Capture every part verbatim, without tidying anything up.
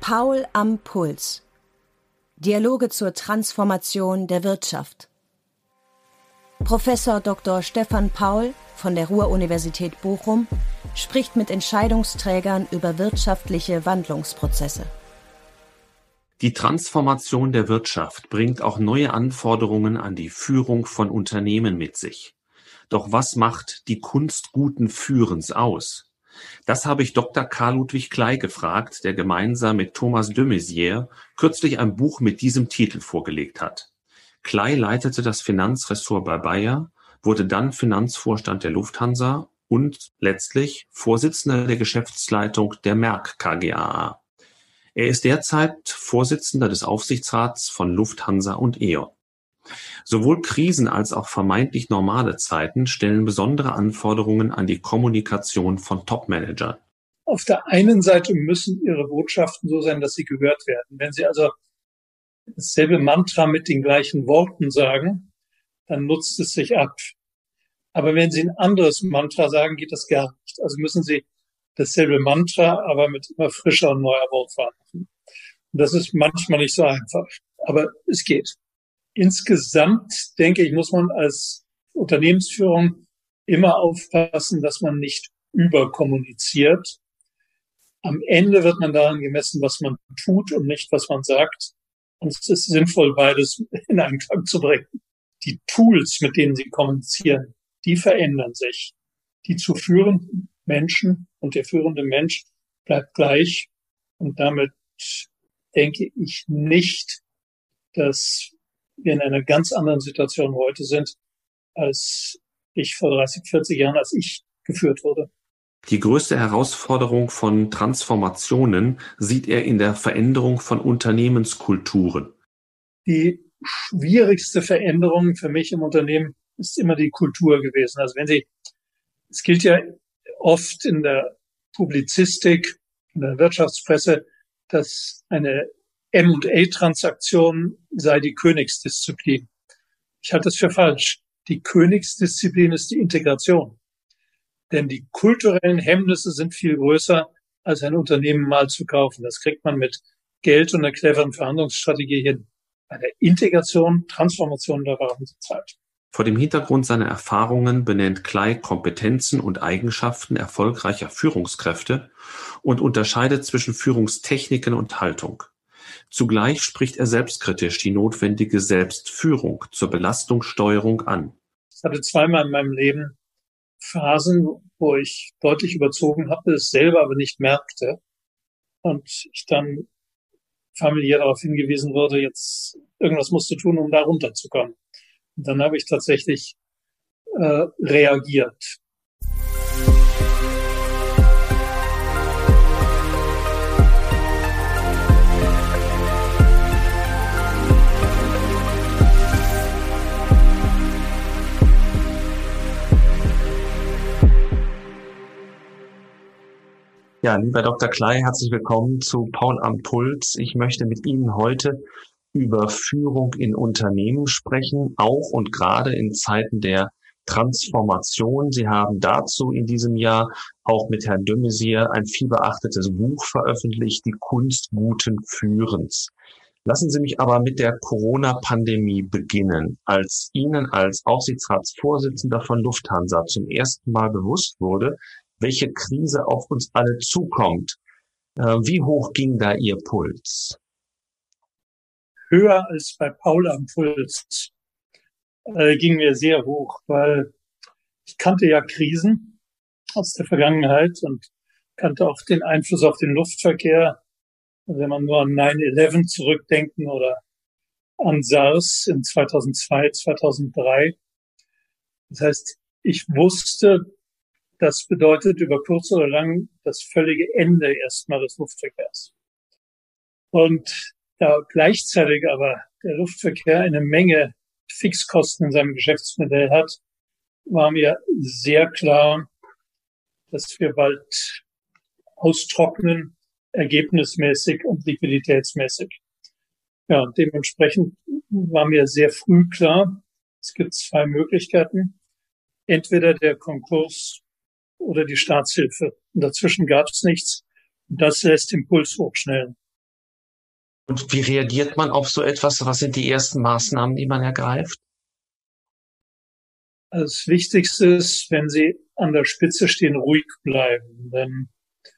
Paul am Puls. Dialoge zur Transformation der Wirtschaft. Professor Doktor Stefan Paul von der Ruhr-Universität Bochum spricht mit Entscheidungsträgern über wirtschaftliche Wandlungsprozesse. Die Transformation der Wirtschaft bringt auch neue Anforderungen an die Führung von Unternehmen mit sich. Doch was macht die Kunst guten Führens aus? Das habe ich Doktor Karl Ludwig Kley gefragt, der gemeinsam mit Thomas de Maizière kürzlich ein Buch mit diesem Titel vorgelegt hat. Kley leitete das Finanzressort bei Bayer, wurde dann Finanzvorstand der Lufthansa und letztlich Vorsitzender der Geschäftsleitung der Merck KGaA. Er ist derzeit Vorsitzender des Aufsichtsrats von Lufthansa und E O N. Sowohl Krisen als auch vermeintlich normale Zeiten stellen besondere Anforderungen an die Kommunikation von Top-Managern. Auf der einen Seite müssen ihre Botschaften so sein, dass sie gehört werden. Wenn sie also dasselbe Mantra mit den gleichen Worten sagen, dann nutzt es sich ab. Aber wenn sie ein anderes Mantra sagen, geht das gar nicht. Also müssen sie dasselbe Mantra, aber mit immer frischer und neuer Wortwahl machen. Und das ist manchmal nicht so einfach, aber es geht. Insgesamt, denke ich, muss man als Unternehmensführung immer aufpassen, dass man nicht überkommuniziert. Am Ende wird man daran gemessen, was man tut und nicht, was man sagt. Und es ist sinnvoll, beides in Einklang zu bringen. Die Tools, mit denen Sie kommunizieren, die verändern sich. Die zu führenden Menschen und der führende Mensch bleibt gleich. Und damit denke ich nicht, dass wir in einer ganz anderen Situation heute sind, als ich vor dreißig, vierzig Jahren, als ich geführt wurde. Die größte Herausforderung von Transformationen sieht er in der Veränderung von Unternehmenskulturen. Die schwierigste Veränderung für mich im Unternehmen ist immer die Kultur gewesen. Also wenn Sie, es gilt ja oft in der Publizistik, in der Wirtschaftspresse, dass eine M und A-Transaktion sei die Königsdisziplin. Ich halte das für falsch. Die Königsdisziplin ist die Integration. Denn die kulturellen Hemmnisse sind viel größer, als ein Unternehmen mal zu kaufen. Das kriegt man mit Geld und einer cleveren Verhandlungsstrategie hin. Bei der Integration, Transformation, da brauchen Sie Zeit. Vor dem Hintergrund seiner Erfahrungen benennt Kley Kompetenzen und Eigenschaften erfolgreicher Führungskräfte und unterscheidet zwischen Führungstechniken und Haltung. Zugleich spricht er selbstkritisch die notwendige Selbstführung zur Belastungssteuerung an. Ich hatte zweimal in meinem Leben Phasen, wo ich deutlich überzogen habe, es selber aber nicht merkte und ich dann familiär darauf hingewiesen wurde, jetzt irgendwas musst du tun, um da runterzukommen. Und dann habe ich tatsächlich äh, reagiert. Ja, lieber Doktor Kley, herzlich willkommen zu Paul am Puls. Ich möchte mit Ihnen heute über Führung in Unternehmen sprechen, auch und gerade in Zeiten der Transformation. Sie haben dazu in diesem Jahr auch mit Herrn de Maizière ein vielbeachtetes Buch veröffentlicht, Die Kunst guten Führens. Lassen Sie mich aber mit der Corona-Pandemie beginnen. Als Ihnen als Aufsichtsratsvorsitzender von Lufthansa zum ersten Mal bewusst wurde, welche Krise auf uns alle zukommt, wie hoch ging da Ihr Puls? Höher als bei Paul am Puls äh, ging mir sehr hoch, weil ich kannte ja Krisen aus der Vergangenheit und kannte auch den Einfluss auf den Luftverkehr. Wenn man nur an nine eleven zurückdenken oder an SARS in zweitausendzwei, zweitausenddrei. Das heißt, ich wusste, das bedeutet über kurz oder lang das völlige Ende erstmal des Luftverkehrs. Und da gleichzeitig aber der Luftverkehr eine Menge Fixkosten in seinem Geschäftsmodell hat, war mir sehr klar, dass wir bald austrocknen, ergebnismäßig und liquiditätsmäßig. Ja, und dementsprechend war mir sehr früh klar, es gibt zwei Möglichkeiten. Entweder der Konkurs oder die Staatshilfe. Und dazwischen gab es nichts. Und das lässt den Puls hochschnellen. Und wie reagiert man auf so etwas? Was sind die ersten Maßnahmen, die man ergreift? Das Wichtigste ist, wenn Sie an der Spitze stehen, ruhig bleiben. Denn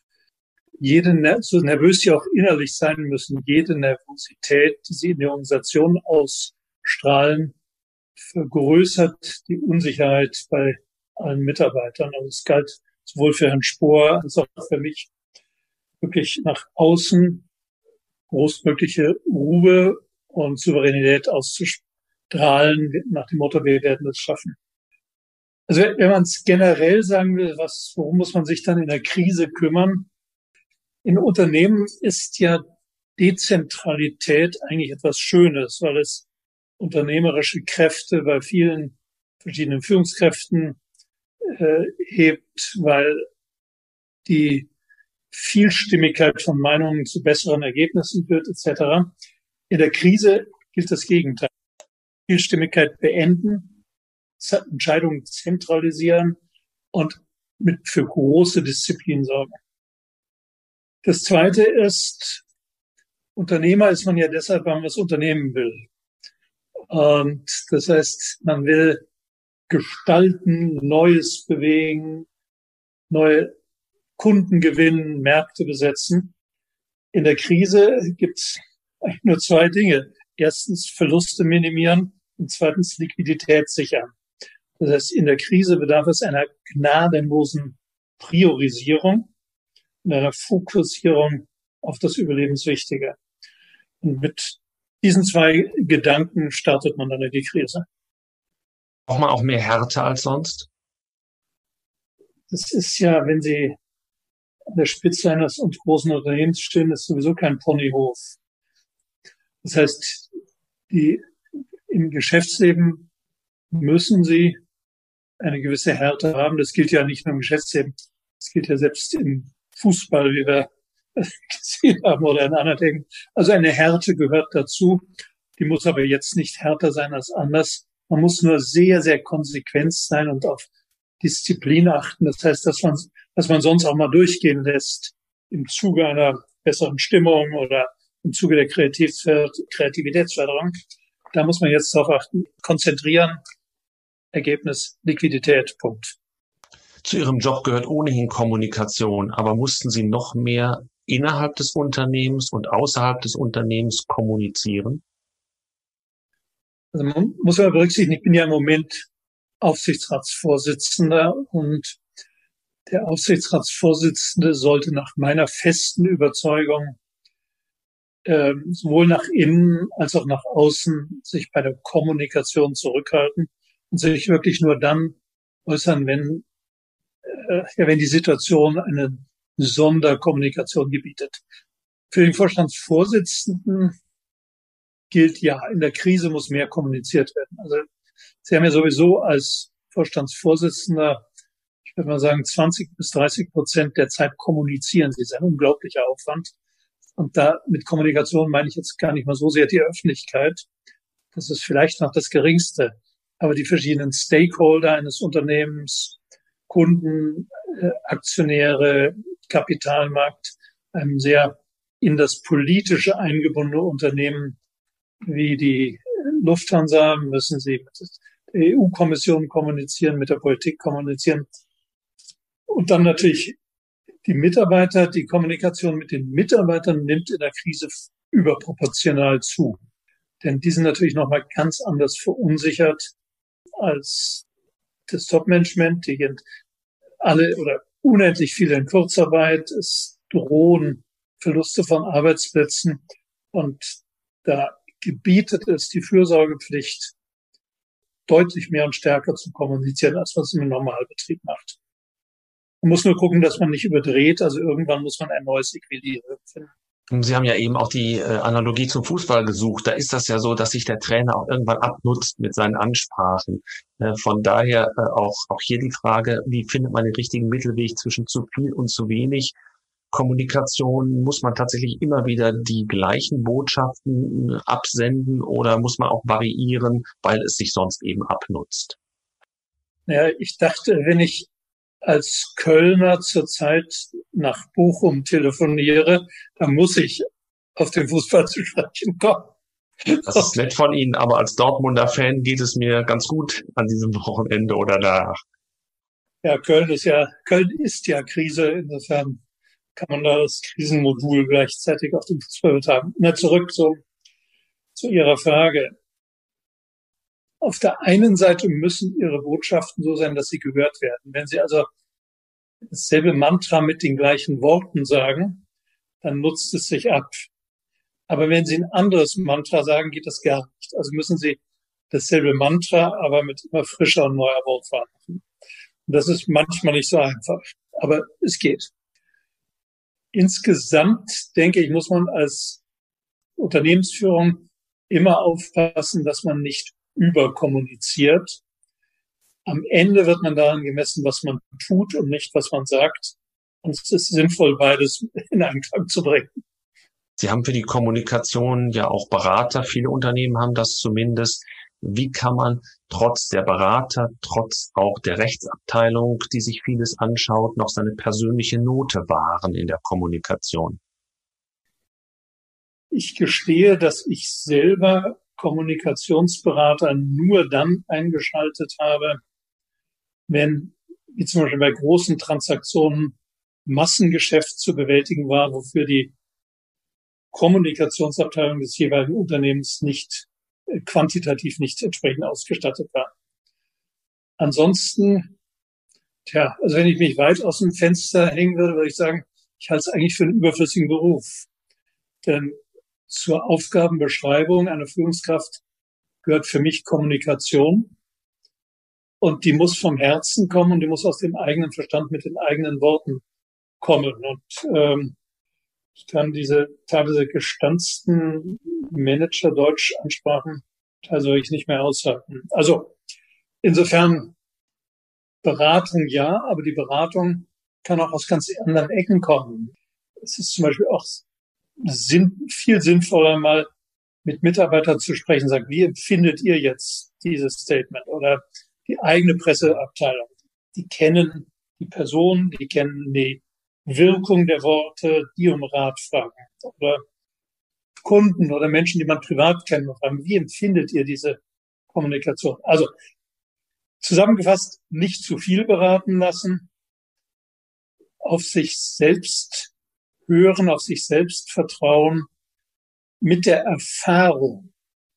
jede, so nervös Sie auch innerlich sein müssen, jede Nervosität, die Sie in der Organisation ausstrahlen, vergrößert die Unsicherheit bei allen Mitarbeitern. Und es galt sowohl für Herrn Spohr als auch für mich, wirklich nach außen großmögliche Ruhe und Souveränität auszustrahlen, nach dem Motto, wir werden es schaffen. Also wenn man es generell sagen will, was, worum muss man sich dann in der Krise kümmern? In Unternehmen ist ja Dezentralität eigentlich etwas Schönes, weil es unternehmerische Kräfte bei vielen verschiedenen Führungskräften äh, hebt, weil die Vielstimmigkeit von Meinungen zu besseren Ergebnissen führt, et cetera. In der Krise gilt das Gegenteil. Vielstimmigkeit beenden, Entscheidungen zentralisieren und mit für große Disziplin sorgen. Das Zweite ist, Unternehmer ist man ja deshalb, weil man das Unternehmen will. Und das heißt, man will gestalten, Neues bewegen, neue Kunden gewinnen, Märkte besetzen. In der Krise gibt es eigentlich nur zwei Dinge. Erstens Verluste minimieren und zweitens Liquidität sichern. Das heißt, in der Krise bedarf es einer gnadenlosen Priorisierung und einer Fokussierung auf das Überlebenswichtige. Und mit diesen zwei Gedanken startet man dann in die Krise. Braucht man auch mehr Härte als sonst? Das ist ja, wenn Sie an der Spitze eines großen Unternehmens stehen, ist sowieso kein Ponyhof. Das heißt, die, im Geschäftsleben müssen Sie eine gewisse Härte haben. Das gilt ja nicht nur im Geschäftsleben. Das gilt ja selbst im Fußball, wie wir gesehen haben, oder in anderen Dingen. Also eine Härte gehört dazu. Die muss aber jetzt nicht härter sein als anders. Man muss nur sehr, sehr konsequent sein und auf Disziplin achten. Das heißt, dass man, dass man sonst auch mal durchgehen lässt im Zuge einer besseren Stimmung oder im Zuge der Kreativitätsförderung. Da muss man jetzt darauf achten. Konzentrieren, Ergebnis, Liquidität, Punkt. Zu Ihrem Job gehört ohnehin Kommunikation, aber mussten Sie noch mehr innerhalb des Unternehmens und außerhalb des Unternehmens kommunizieren? Also man muss ja berücksichtigen, ich bin ja im Moment Aufsichtsratsvorsitzender und der Aufsichtsratsvorsitzende sollte nach meiner festen Überzeugung äh, sowohl nach innen als auch nach außen sich bei der Kommunikation zurückhalten und sich wirklich nur dann äußern, wenn äh, ja, wenn die Situation eine Sonderkommunikation gebietet. Für den Vorstandsvorsitzenden gilt ja, in der Krise muss mehr kommuniziert werden. Also Sie haben ja sowieso als Vorstandsvorsitzender, ich würde mal sagen, zwanzig bis dreißig Prozent der Zeit kommunizieren Sie. Das ist ein unglaublicher Aufwand. Und da mit Kommunikation meine ich jetzt gar nicht mal so sehr die Öffentlichkeit. Das ist vielleicht noch das Geringste. Aber die verschiedenen Stakeholder eines Unternehmens, Kunden, äh, Aktionäre, Kapitalmarkt, einem sehr in das Politische eingebundene Unternehmen wie die Lufthansa müssen Sie mit der E U-Kommission kommunizieren, mit der Politik kommunizieren. Und dann natürlich die Mitarbeiter, die Kommunikation mit den Mitarbeitern nimmt in der Krise überproportional zu. Denn die sind natürlich nochmal ganz anders verunsichert als das Top-Management. Die gehen alle oder unendlich viele in Kurzarbeit. Es drohen Verluste von Arbeitsplätzen. Und da gebietet es die Fürsorgepflicht, deutlich mehr und stärker zu kommunizieren, als was es im Normalbetrieb macht. Man muss nur gucken, dass man nicht überdreht. Also irgendwann muss man ein neues Equilibrium finden. Sie haben ja eben auch die äh, Analogie zum Fußball gesucht. Da ist das ja so, dass sich der Trainer auch irgendwann abnutzt mit seinen Ansprachen. Äh, von daher äh, auch, auch hier die Frage, wie findet man den richtigen Mittelweg zwischen zu viel und zu wenig Kommunikation? Muss man tatsächlich immer wieder die gleichen Botschaften äh, absenden oder muss man auch variieren, weil es sich sonst eben abnutzt? Ja, ich dachte, wenn ich als Kölner zurzeit nach Bochum telefoniere, dann muss ich auf den Fußball zu sprechen kommen. Das ist nett von Ihnen, aber als Dortmunder Fan geht es mir ganz gut an diesem Wochenende oder danach. Ja, Köln ist ja, Köln ist ja Krise. Insofern kann man da das Krisenmodul gleichzeitig auf den Fußball übertragen. Na, zurück zu, zu Ihrer Frage. Auf der einen Seite müssen Ihre Botschaften so sein, dass sie gehört werden. Wenn Sie also dasselbe Mantra mit den gleichen Worten sagen, dann nutzt es sich ab. Aber wenn Sie ein anderes Mantra sagen, geht das gar nicht. Also müssen Sie dasselbe Mantra, aber mit immer frischer und neuer Wortwahl machen. Und das ist manchmal nicht so einfach, aber es geht. Insgesamt, denke ich, muss man als Unternehmensführung immer aufpassen, dass man nicht überkommuniziert. Am Ende wird man daran gemessen, was man tut und nicht, was man sagt. Und es ist sinnvoll, beides in Einklang zu bringen. Sie haben für die Kommunikation ja auch Berater. Viele Unternehmen haben das zumindest. Wie kann man trotz der Berater, trotz auch der Rechtsabteilung, die sich vieles anschaut, noch seine persönliche Note wahren in der Kommunikation? Ich gestehe, dass ich selber Kommunikationsberater nur dann eingeschaltet habe, wenn, wie zum Beispiel bei großen Transaktionen, Massengeschäft zu bewältigen war, wofür die Kommunikationsabteilung des jeweiligen Unternehmens nicht, äh, quantitativ nicht entsprechend ausgestattet war. Ansonsten, tja, also wenn ich mich weit aus dem Fenster hängen würde, würde ich sagen, ich halte es eigentlich für einen überflüssigen Beruf. Denn zur Aufgabenbeschreibung einer Führungskraft gehört für mich Kommunikation. Und die muss vom Herzen kommen und die muss aus dem eigenen Verstand mit den eigenen Worten kommen. Und ähm, ich kann diese teilweise gestanzten Manager-Deutsch-Ansprachen teilweise wirklich nicht mehr aushalten. Also insofern Beratung ja, aber die Beratung kann auch aus ganz anderen Ecken kommen. Es ist zum Beispiel auch sinn, viel sinnvoller, mal mit Mitarbeitern zu sprechen, sagen, wie empfindet ihr jetzt dieses Statement oder die eigene Presseabteilung? Die kennen die Person, die kennen die Wirkung der Worte, die um Rat fragen. Oder Kunden oder Menschen, die man privat kennt, und fragen, wie empfindet ihr diese Kommunikation? Also zusammengefasst, nicht zu viel beraten lassen, auf sich selbst hören, auf sich selbst vertrauen. Mit der Erfahrung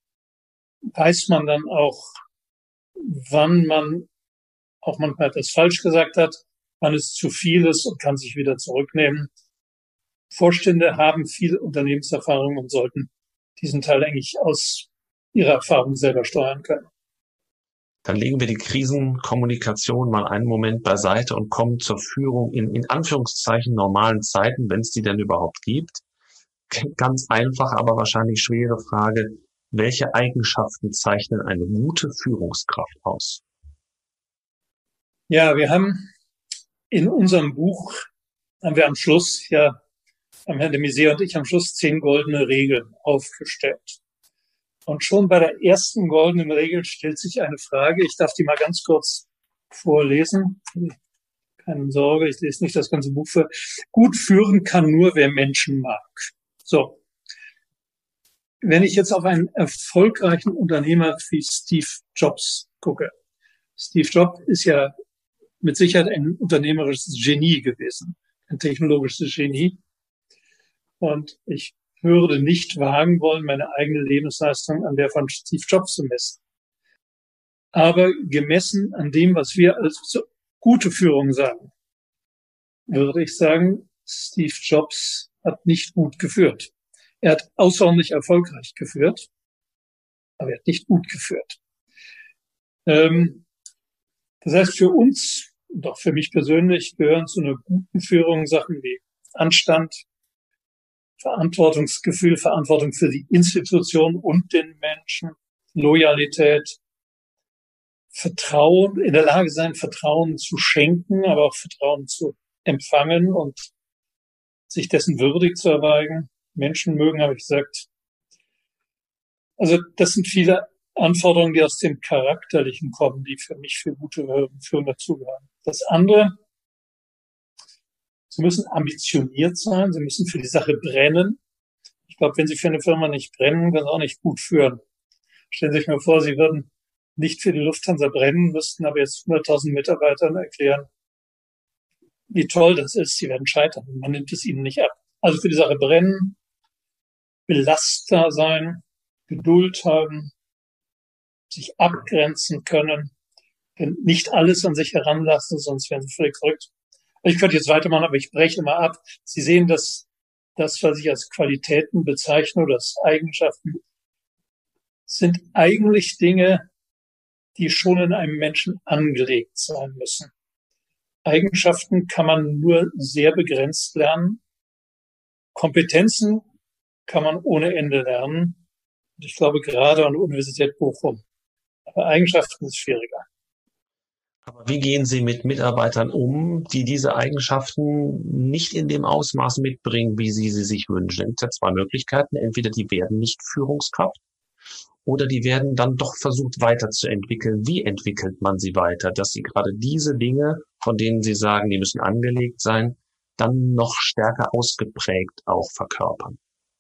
weiß man dann auch, wann man auch manchmal etwas falsch gesagt hat, wann es zu viel ist und kann sich wieder zurücknehmen. Vorstände haben viel Unternehmenserfahrung und sollten diesen Teil eigentlich aus ihrer Erfahrung selber steuern können. Dann legen wir die Krisenkommunikation mal einen Moment beiseite und kommen zur Führung in, in Anführungszeichen normalen Zeiten, wenn es die denn überhaupt gibt. Ganz einfach, aber wahrscheinlich schwere Frage. Welche Eigenschaften zeichnen eine gute Führungskraft aus? Ja, wir haben in unserem Buch, haben wir am Schluss, ja, haben Herr de Maizière und ich am Schluss zehn goldene Regeln aufgestellt. Und schon bei der ersten goldenen Regel stellt sich eine Frage. Ich darf die mal ganz kurz vorlesen. Keine Sorge, ich lese nicht das ganze Buch vor. Gut führen kann nur, wer Menschen mag. So. Wenn ich jetzt auf einen erfolgreichen Unternehmer wie Steve Jobs gucke. Steve Jobs ist ja mit Sicherheit ein unternehmerisches Genie gewesen, ein technologisches Genie. Und ich würde nicht wagen wollen, meine eigene Lebensleistung an der von Steve Jobs zu messen. Aber gemessen an dem, was wir als gute Führung sagen, würde ich sagen, Steve Jobs hat nicht gut geführt. Er hat außerordentlich erfolgreich geführt, aber er hat nicht gut geführt. Ähm, das heißt, für uns und auch für mich persönlich gehören zu einer guten Führung Sachen wie Anstand, Verantwortungsgefühl, Verantwortung für die Institution und den Menschen, Loyalität, Vertrauen, in der Lage sein, Vertrauen zu schenken, aber auch Vertrauen zu empfangen und sich dessen würdig zu erweisen. Menschen mögen, habe ich gesagt. Also das sind viele Anforderungen, die aus dem Charakterlichen kommen, die für mich für gute Führung dazugehören. Das andere, sie müssen ambitioniert sein, sie müssen für die Sache brennen. Ich glaube, wenn Sie für eine Firma nicht brennen, können Sie auch nicht gut führen. Stellen Sie sich mal vor, Sie würden nicht für die Lufthansa brennen, müssten aber jetzt hunderttausend Mitarbeitern erklären, wie toll das ist. Sie werden scheitern. Man nimmt es ihnen nicht ab. Also für die Sache brennen, belastbar sein, Geduld haben, sich abgrenzen können, nicht alles an sich heranlassen, sonst werden Sie völlig verrückt. Ich könnte jetzt weitermachen, aber ich breche mal ab. Sie sehen, dass das, was ich als Qualitäten bezeichne oder als Eigenschaften, sind eigentlich Dinge, die schon in einem Menschen angelegt sein müssen. Eigenschaften kann man nur sehr begrenzt lernen. Kompetenzen kann man ohne Ende lernen. Und ich glaube, gerade an der Universität Bochum. Aber Eigenschaften ist schwieriger. Aber wie gehen Sie mit Mitarbeitern um, die diese Eigenschaften nicht in dem Ausmaß mitbringen, wie Sie sie sich wünschen? Es gibt ja zwei Möglichkeiten. Entweder die werden nicht Führungskraft oder die werden dann doch versucht weiterzuentwickeln. Wie entwickelt man sie weiter, dass sie gerade diese Dinge, von denen Sie sagen, die müssen angelegt sein, dann noch stärker ausgeprägt auch verkörpern?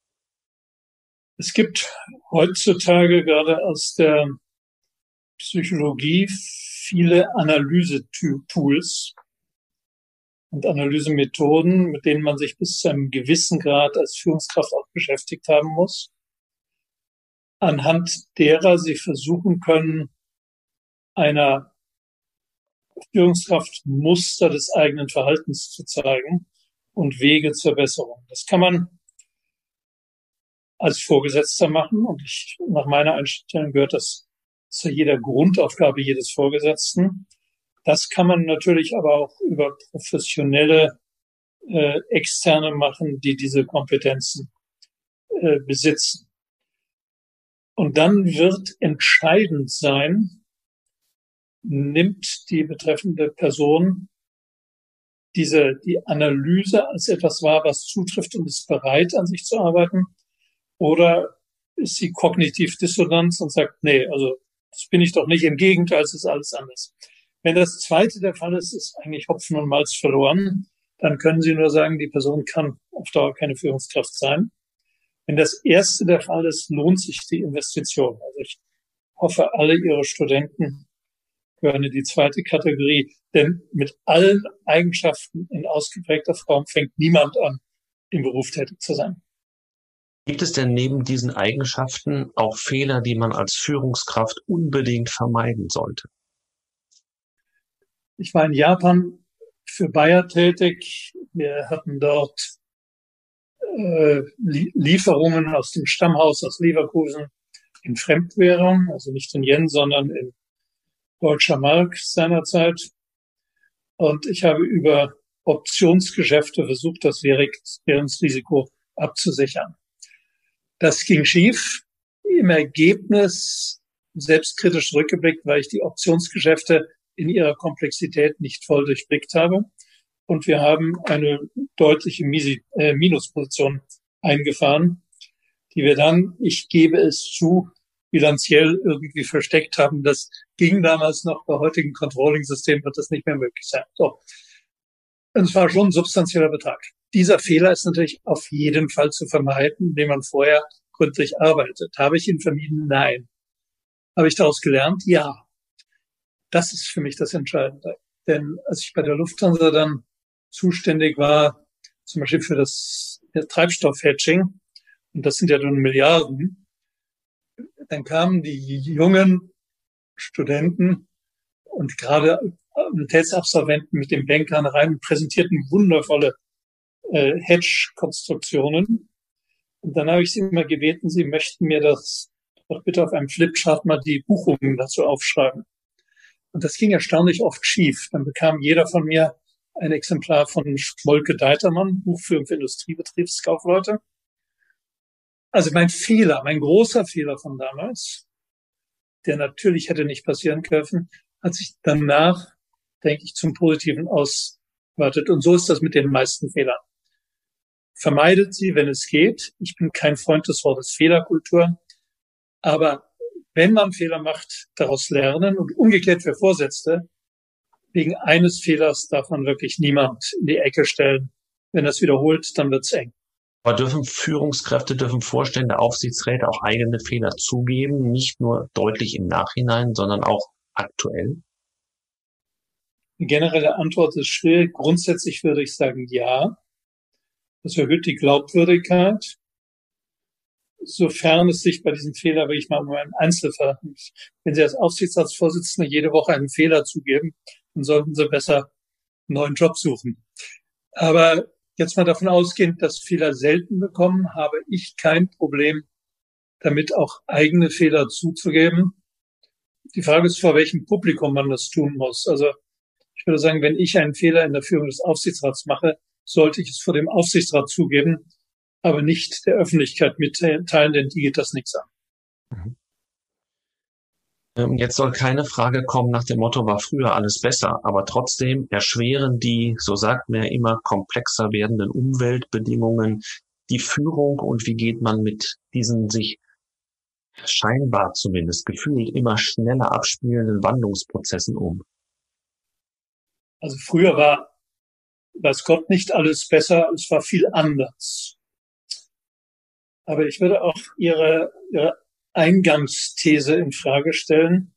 Es gibt heutzutage gerade aus der Psychologie viele Analyse-Tools und Analysemethoden, mit denen man sich bis zu einem gewissen Grad als Führungskraft auch beschäftigt haben muss, anhand derer Sie versuchen können, einer Führungskraft Muster des eigenen Verhaltens zu zeigen und Wege zur Besserung. Das kann man als Vorgesetzter machen und ich, nach meiner Einstellung gehört das zu jeder Grundaufgabe jedes Vorgesetzten. Das kann man natürlich aber auch über professionelle äh, Externe machen, die diese Kompetenzen äh, besitzen. Und dann wird entscheidend sein, nimmt die betreffende Person diese die Analyse als etwas wahr, was zutrifft und ist bereit, an sich zu arbeiten, oder ist sie kognitiv dissonant und sagt, nee, also das bin ich doch nicht, im Gegenteil, es ist alles anders. Wenn das zweite der Fall ist, ist eigentlich Hopfen und Malz verloren. Dann können Sie nur sagen, die Person kann auf Dauer keine Führungskraft sein. Wenn das erste der Fall ist, lohnt sich die Investition. Also ich hoffe, alle Ihre Studenten gehören in die zweite Kategorie. Denn mit allen Eigenschaften in ausgeprägter Form fängt niemand an, im Beruf tätig zu sein. Gibt es denn neben diesen Eigenschaften auch Fehler, die man als Führungskraft unbedingt vermeiden sollte? Ich war in Japan für Bayer tätig. Wir hatten dort äh, Lieferungen aus dem Stammhaus aus Leverkusen in Fremdwährung, also nicht in Yen, sondern in deutscher Mark seinerzeit. Und ich habe über Optionsgeschäfte versucht, das Währungsrisiko abzusichern. Das ging schief. Im Ergebnis, selbstkritisch zurückgeblickt, weil ich die Optionsgeschäfte in ihrer Komplexität nicht voll durchblickt habe. Und wir haben eine deutliche Misi- äh, Minusposition eingefahren, die wir dann, ich gebe es zu, bilanziell irgendwie versteckt haben. Das ging damals noch. Bei heutigen Controlling-Systemen wird das nicht mehr möglich sein. So. Und es war schon ein substanzieller Betrag. Dieser Fehler ist natürlich auf jeden Fall zu vermeiden, indem man vorher gründlich arbeitet. Habe ich ihn vermieden? Nein. Habe ich daraus gelernt? Ja. Das ist für mich das Entscheidende. Denn als ich bei der Lufthansa dann zuständig war, zum Beispiel für das Treibstoff-Hedging, und das sind ja nun Milliarden, dann kamen die jungen Studenten und gerade Universitätsabsolventen mit den Bankern rein und präsentierten wundervolle äh, Hedge-Konstruktionen. Und dann habe ich sie immer gebeten, sie möchten mir das doch bitte auf einem Flipchart mal die Buchungen dazu aufschreiben. Und das ging erstaunlich oft schief. Dann bekam jeder von mir ein Exemplar von Schmolke-Deitermann, Buchführung für Industriebetriebskaufleute. Also mein Fehler, mein großer Fehler von damals, der natürlich hätte nicht passieren dürfen, hat sich danach, denke ich, zum Positiven ausgeweitet. Und so ist das mit den meisten Fehlern. Vermeidet sie, wenn es geht. Ich bin kein Freund des Wortes Fehlerkultur. Aber wenn man Fehler macht, daraus lernen und umgekehrt für Vorgesetzte, wegen eines Fehlers darf man wirklich niemand in die Ecke stellen. Wenn das wiederholt, dann wird's eng. Aber dürfen Führungskräfte, dürfen Vorstände, Aufsichtsräte auch eigene Fehler zugeben, nicht nur deutlich im Nachhinein, sondern auch aktuell? Die generelle Antwort ist schwierig. Grundsätzlich würde ich sagen, ja. Das erhöht die Glaubwürdigkeit, sofern es sich bei diesem Fehler wirklich mal um einen Einzelfall handelt. Wenn Sie als Aufsichtsratsvorsitzende jede Woche einen Fehler zugeben, dann sollten Sie besser einen neuen Job suchen. Aber jetzt mal davon ausgehend, dass Fehler selten bekommen, habe ich kein Problem damit, auch eigene Fehler zuzugeben. Die Frage ist, vor welchem Publikum man das tun muss. Also ich würde sagen, wenn ich einen Fehler in der Führung des Aufsichtsrats mache, sollte ich es vor dem Aufsichtsrat zugeben, aber nicht der Öffentlichkeit mitteilen, denn die geht das nichts an. Mhm. Jetzt soll keine Frage kommen nach dem Motto, war früher alles besser, aber trotzdem erschweren die, so sagt man ja immer, komplexer werdenden Umweltbedingungen die Führung, und wie geht man mit diesen sich scheinbar zumindest gefühlt immer schneller abspielenden Wandlungsprozessen um? Also früher war, weiß Gott, nicht alles besser, es war viel anders. Aber ich würde auch Ihre, Ihre Eingangsthese in Frage stellen.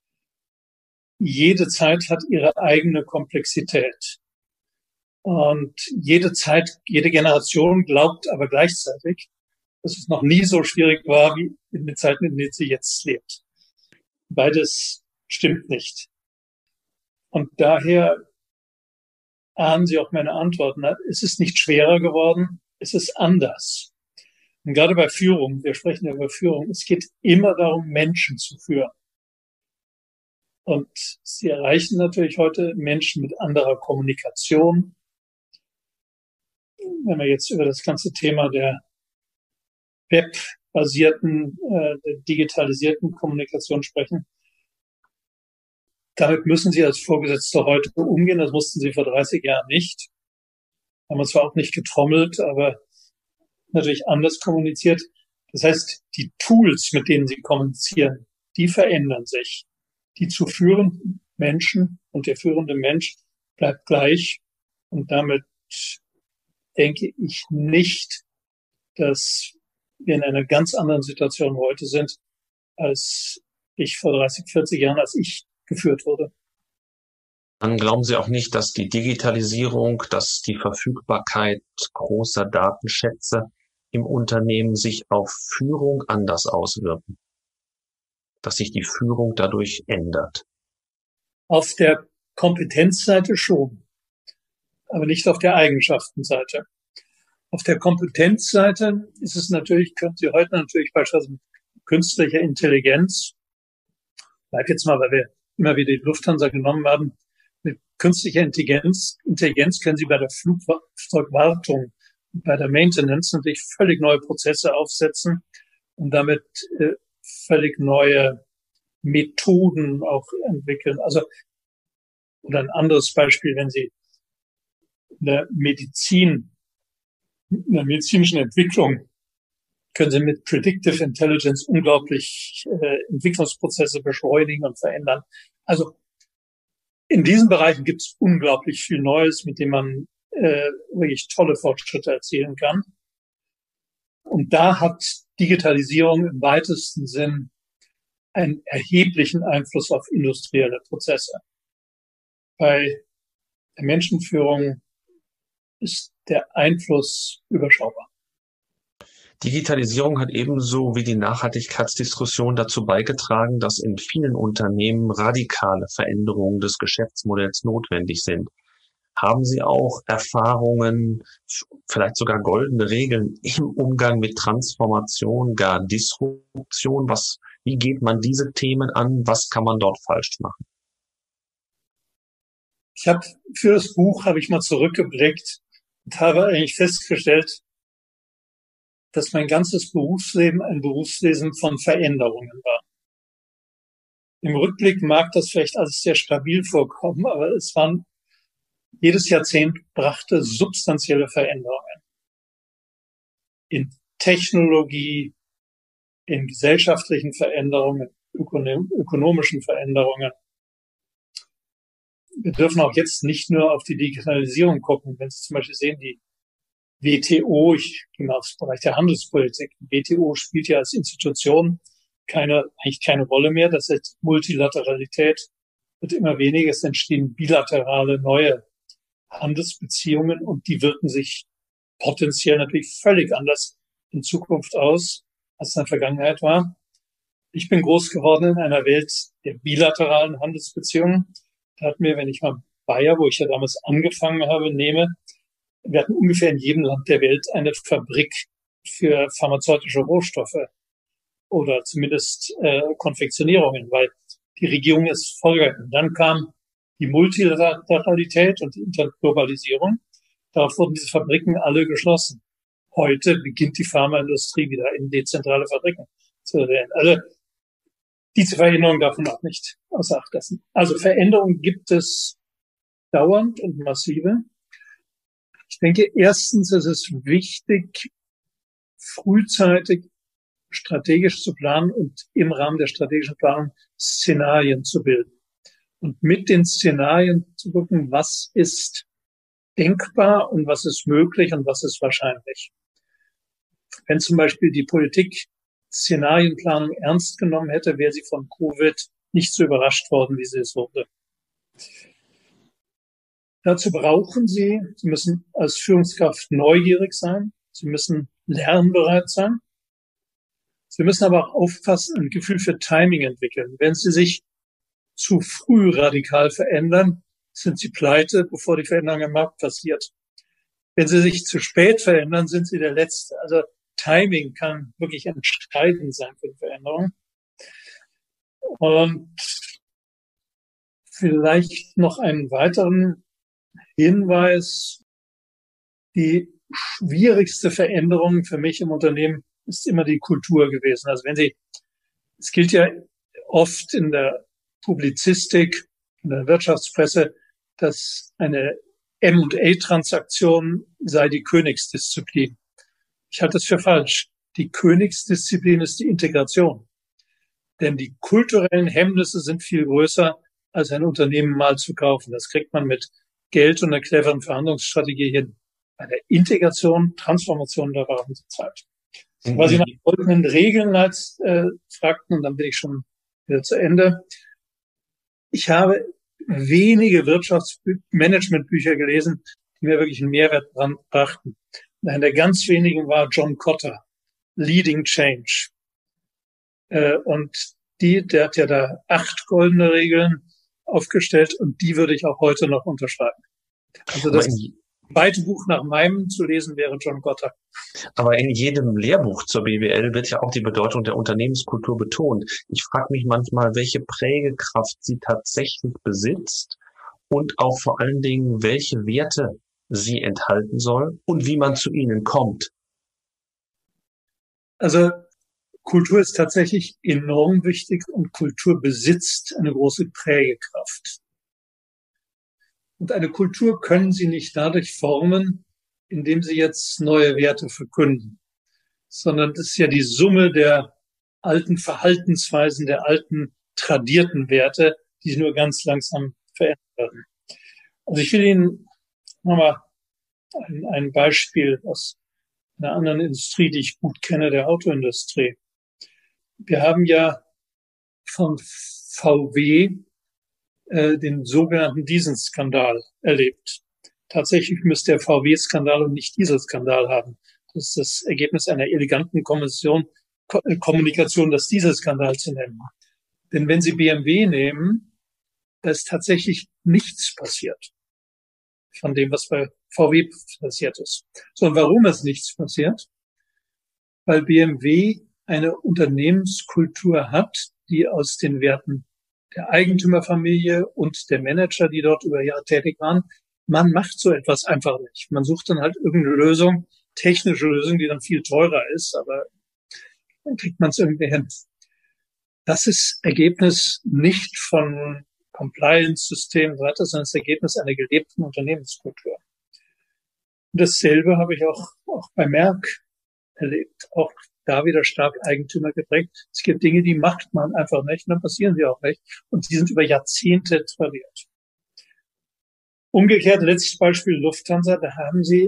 Jede Zeit hat ihre eigene Komplexität. Und jede Zeit, jede Generation glaubt aber gleichzeitig, dass es noch nie so schwierig war, wie in den Zeiten, in denen sie jetzt lebt. Beides stimmt nicht. Und daher ahnen Sie auch meine Antworten. Es ist nicht schwerer geworden, es ist anders. Und gerade bei Führung, wir sprechen ja über Führung, es geht immer darum, Menschen zu führen. Und Sie erreichen natürlich heute Menschen mit anderer Kommunikation. Wenn wir jetzt über das ganze Thema der webbasierten, äh, der digitalisierten Kommunikation sprechen, damit müssen Sie als Vorgesetzter heute umgehen. Das mussten Sie vor dreißig Jahren nicht. Haben wir zwar auch nicht getrommelt, aber natürlich anders kommuniziert. Das heißt, die Tools, mit denen Sie kommunizieren, die verändern sich. Die zu führenden Menschen und der führende Mensch bleibt gleich. Und damit denke ich nicht, dass wir in einer ganz anderen Situation heute sind, als ich vor dreißig, vierzig Jahren, als ich geführt wurde. Dann glauben Sie auch nicht, dass die Digitalisierung, dass die Verfügbarkeit großer Datenschätze im Unternehmen sich auf Führung anders auswirken? Dass sich die Führung dadurch ändert? Auf der Kompetenzseite schon, aber nicht auf der Eigenschaftenseite. Auf der Kompetenzseite ist es natürlich, können Sie heute natürlich beispielsweise mit künstlicher Intelligenz, bleib jetzt mal, weil wir immer wieder die Lufthansa genommen haben, mit künstlicher Intelligenz, Intelligenz können Sie bei der Flugzeugwartung, bei der Maintenance natürlich völlig neue Prozesse aufsetzen und damit äh, völlig neue Methoden auch entwickeln. Also, oder ein anderes Beispiel, wenn Sie in der Medizin, in der medizinischen Entwicklung, können Sie mit Predictive Intelligence unglaublich äh, Entwicklungsprozesse beschleunigen und verändern. Also in diesen Bereichen gibt es unglaublich viel Neues, mit dem man äh, wirklich tolle Fortschritte erzielen kann. Und da hat Digitalisierung im weitesten Sinn einen erheblichen Einfluss auf industrielle Prozesse. Bei der Menschenführung ist der Einfluss überschaubar. Digitalisierung hat ebenso wie die Nachhaltigkeitsdiskussion dazu beigetragen, dass in vielen Unternehmen radikale Veränderungen des Geschäftsmodells notwendig sind. Haben Sie auch Erfahrungen, vielleicht sogar goldene Regeln im Umgang mit Transformation, gar Disruption? Was, wie geht man diese Themen an? Was kann man dort falsch machen? Ich habe für das Buch habe ich mal zurückgeblickt und habe eigentlich festgestellt, dass mein ganzes Berufsleben ein Berufsleben von Veränderungen war. Im Rückblick mag das vielleicht alles sehr stabil vorkommen, aber es waren, jedes Jahrzehnt brachte substanzielle Veränderungen. In Technologie, in gesellschaftlichen Veränderungen, ökonom- ökonomischen Veränderungen. Wir dürfen auch jetzt nicht nur auf die Digitalisierung gucken. Wenn Sie zum Beispiel sehen, die W T O, ich gehe mal aufs Bereich der Handelspolitik. W T O spielt ja als Institution keine, eigentlich keine Rolle mehr. Das heißt, Multilateralität wird immer weniger. Es entstehen bilaterale neue Handelsbeziehungen und die wirken sich potenziell natürlich völlig anders in Zukunft aus, als es in der Vergangenheit war. Ich bin groß geworden in einer Welt der bilateralen Handelsbeziehungen. Da hatten wir, wenn ich mal Bayer, wo ich ja damals angefangen habe, nehme, wir hatten ungefähr in jedem Land der Welt eine Fabrik für pharmazeutische Rohstoffe oder zumindest äh, Konfektionierungen, weil die Regierung es vorgegangen. Dann kam die Multilateralität und die Interglobalisierung. Darauf wurden diese Fabriken alle geschlossen. Heute beginnt die Pharmaindustrie wieder in dezentrale Fabriken zu werden. Also diese Veränderung darf man auch nicht außer Acht lassen. Also Veränderungen gibt es dauernd und massive. Ich denke, erstens ist es wichtig, frühzeitig strategisch zu planen und im Rahmen der strategischen Planung Szenarien zu bilden. Und mit den Szenarien zu gucken, was ist denkbar und was ist möglich und was ist wahrscheinlich. Wenn zum Beispiel die Politik Szenarienplanung ernst genommen hätte, wäre sie von Covid nicht so überrascht worden, wie sie es wurde. Dazu brauchen Sie, Sie müssen als Führungskraft neugierig sein, Sie müssen lernbereit sein. Sie müssen aber auch aufpassen, ein Gefühl für Timing entwickeln. Wenn Sie sich zu früh radikal verändern, sind Sie pleite, bevor die Veränderung im Markt passiert. Wenn Sie sich zu spät verändern, sind Sie der Letzte. Also Timing kann wirklich entscheidend sein für die Veränderung. Und vielleicht noch einen weiteren Hinweis. Die schwierigste Veränderung für mich im Unternehmen ist immer die Kultur gewesen. Also wenn Sie, es gilt ja oft in der Publizistik, in der Wirtschaftspresse, dass eine M und A-Transaktion sei die Königsdisziplin. Ich halte das für falsch. Die Königsdisziplin ist die Integration. Denn die kulturellen Hemmnisse sind viel größer, als ein Unternehmen mal zu kaufen. Das kriegt man mit Geld und einer cleveren Verhandlungsstrategie hin. Bei der Integration, Transformation, da brauchen Sie Zeit. Mhm. Was Sie nach folgenden Regeln als äh, fragten, und dann bin ich schon wieder zu Ende. Ich habe wenige Wirtschaftsmanagementbücher gelesen, die mir wirklich einen Mehrwert brachten. Und einer der ganz wenigen war John Kotter, Leading Change. Äh, und die, der hat ja da acht goldene Regeln aufgestellt und die würde ich auch heute noch unterschreiben. Also das zweite Buch nach meinem zu lesen wäre John Kotter. Aber in jedem Lehrbuch zur B W L wird ja auch die Bedeutung der Unternehmenskultur betont. Ich frage mich manchmal, welche Prägekraft sie tatsächlich besitzt und auch vor allen Dingen, welche Werte sie enthalten soll und wie man zu ihnen kommt. Also Kultur ist tatsächlich enorm wichtig und Kultur besitzt eine große Prägekraft. Und eine Kultur können Sie nicht dadurch formen, indem Sie jetzt neue Werte verkünden, sondern das ist ja die Summe der alten Verhaltensweisen, der alten tradierten Werte, die sich nur ganz langsam verändern werden. Also ich will Ihnen nochmal ein, ein Beispiel aus einer anderen Industrie, die ich gut kenne, der Autoindustrie. Wir haben ja von V W äh, den sogenannten Dieselskandal erlebt. Tatsächlich müsste der V W-Skandal und nicht Dieselskandal haben. Das ist das Ergebnis einer eleganten Kommission, Ko- Kommunikation, das Dieselskandal zu nennen. Denn wenn Sie B M W nehmen, da ist tatsächlich nichts passiert von dem, was bei V W passiert ist. So, und warum ist nichts passiert? Weil B M W eine Unternehmenskultur hat, die aus den Werten der Eigentümerfamilie und der Manager, die dort über Jahre tätig waren, man macht so etwas einfach nicht. Man sucht dann halt irgendeine Lösung, technische Lösung, die dann viel teurer ist, aber dann kriegt man es irgendwie hin. Das ist Ergebnis nicht von Compliance-Systemen, sondern das ist Ergebnis einer gelebten Unternehmenskultur. Und dasselbe habe ich auch, auch bei Merck erlebt. Auch da wieder stark Eigentümer geprägt. Es gibt Dinge, die macht man einfach nicht, und dann passieren sie auch nicht. Und die sind über Jahrzehnte tradiert. Umgekehrt, letztes Beispiel Lufthansa, da haben sie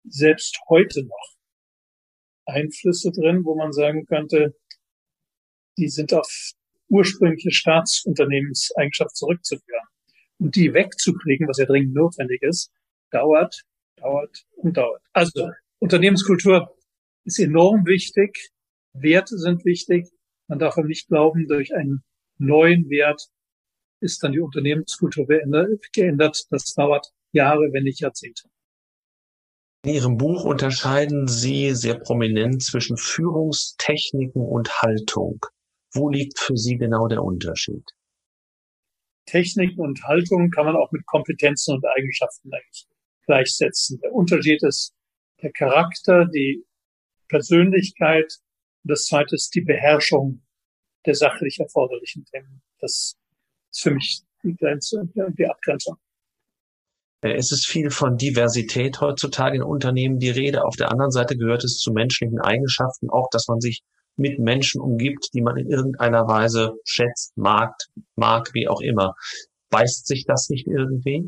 selbst heute noch Einflüsse drin, wo man sagen könnte, die sind auf ursprüngliche Staatsunternehmenseigenschaft zurückzuführen. Und die wegzukriegen, was ja dringend notwendig ist, dauert, dauert und dauert. Also Unternehmenskultur ist enorm wichtig, Werte sind wichtig. Man darf aber nicht glauben, durch einen neuen Wert ist dann die Unternehmenskultur geändert. Das dauert Jahre, wenn nicht Jahrzehnte. In Ihrem Buch unterscheiden Sie sehr prominent zwischen Führungstechniken und Haltung. Wo liegt für Sie genau der Unterschied? Techniken und Haltung kann man auch mit Kompetenzen und Eigenschaften eigentlich gleichsetzen. Der Unterschied ist der Charakter, die Persönlichkeit und das zweite ist die Beherrschung der sachlich erforderlichen Themen. Das ist für mich die Grenze, die Abgrenzung. Es ist viel von Diversität heutzutage in Unternehmen die Rede. Auf der anderen Seite gehört es zu menschlichen Eigenschaften auch, dass man sich mit Menschen umgibt, die man in irgendeiner Weise schätzt, mag, mag, wie auch immer. Beißt sich das nicht irgendwie?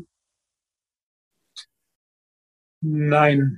Nein.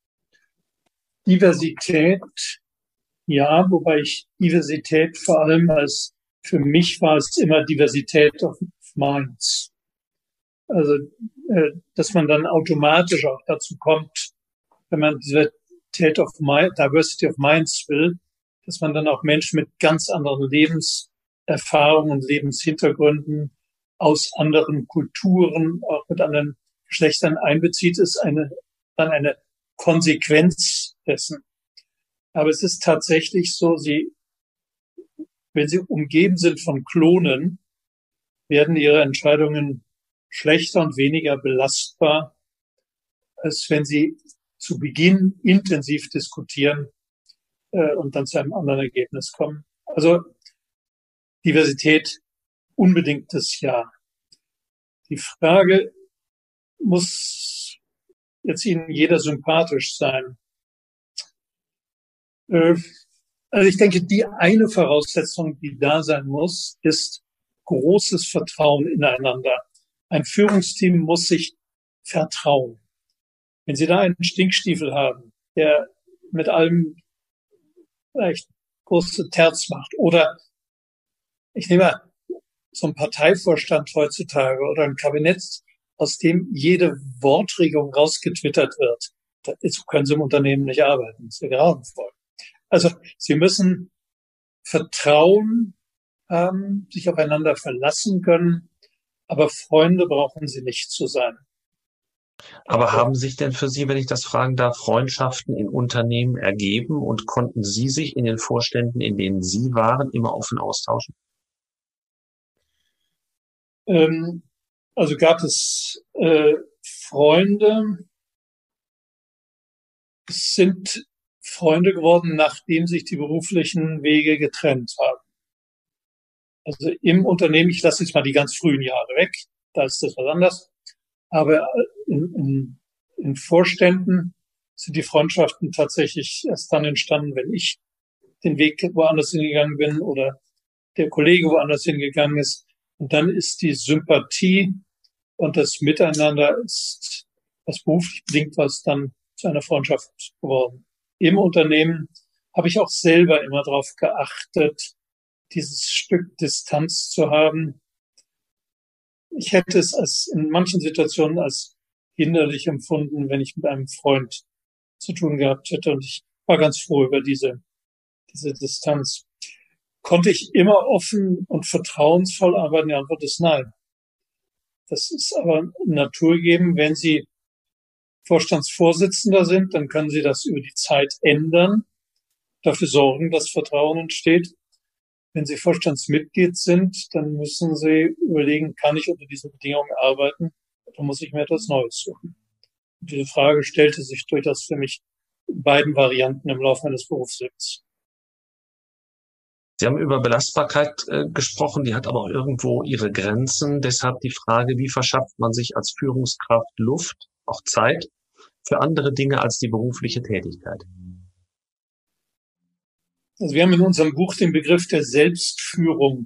Diversität, ja, wobei ich Diversität vor allem als, für mich war es immer Diversität of Minds. Also, äh, dass man dann automatisch auch dazu kommt, wenn man Diversität of Mind, Diversity of Minds will, dass man dann auch Menschen mit ganz anderen Lebenserfahrungen und Lebenshintergründen aus anderen Kulturen, auch mit anderen Geschlechtern einbezieht, ist eine, dann eine Konsequenz dessen. Aber es ist tatsächlich so, sie, wenn sie umgeben sind von Klonen, werden ihre Entscheidungen schlechter und weniger belastbar, als wenn sie zu Beginn intensiv diskutieren äh, und dann zu einem anderen Ergebnis kommen. Also Diversität, unbedingtes Ja. Die Frage, muss jetzt Ihnen jeder sympathisch sein? Äh, also ich denke, die eine Voraussetzung, die da sein muss, ist großes Vertrauen ineinander. Ein Führungsteam muss sich vertrauen. Wenn Sie da einen Stinkstiefel haben, der mit allem vielleicht große Terz macht, oder ich nehme mal so einen Parteivorstand heutzutage oder ein Kabinett, aus dem jede Wortregung rausgetwittert wird, so können Sie im Unternehmen nicht arbeiten. Das ist ja grauenvoll. Also Sie müssen Vertrauen haben, sich aufeinander verlassen können, aber Freunde brauchen Sie nicht zu sein. Aber haben sich denn für Sie, wenn ich das fragen darf, Freundschaften in Unternehmen ergeben und konnten Sie sich in den Vorständen, in denen Sie waren, immer offen austauschen? Ähm, also gab es äh, Freunde, es sind Freunde geworden, nachdem sich die beruflichen Wege getrennt haben. Also im Unternehmen, ich lasse jetzt mal die ganz frühen Jahre weg, da ist das was anderes. Aber in, in, in Vorständen sind die Freundschaften tatsächlich erst dann entstanden, wenn ich den Weg woanders hingegangen bin oder der Kollege woanders hingegangen ist. Und dann ist die Sympathie und das Miteinander ist, was beruflich bedingt war, ist dann zu einer Freundschaft geworden. Im Unternehmen habe ich auch selber immer darauf geachtet, dieses Stück Distanz zu haben. Ich hätte es als in manchen Situationen als hinderlich empfunden, wenn ich mit einem Freund zu tun gehabt hätte. Und ich war ganz froh über diese, diese Distanz. Konnte ich immer offen und vertrauensvoll arbeiten? Die Antwort ist nein. Das ist aber naturgegeben. Wenn Sie Vorstandsvorsitzender sind, dann können Sie das über die Zeit ändern, dafür sorgen, dass Vertrauen entsteht. Wenn Sie Vorstandsmitglied sind, dann müssen Sie überlegen, kann ich unter diesen Bedingungen arbeiten? Dann muss ich mir etwas Neues suchen. Und diese Frage stellte sich durchaus für mich in beiden Varianten im Laufe meines Berufslebens. Sie haben über Belastbarkeit äh, gesprochen, die hat aber auch irgendwo ihre Grenzen. Deshalb die Frage, wie verschafft man sich als Führungskraft Luft, auch Zeit, für andere Dinge als die berufliche Tätigkeit? Also wir haben in unserem Buch den Begriff der Selbstführung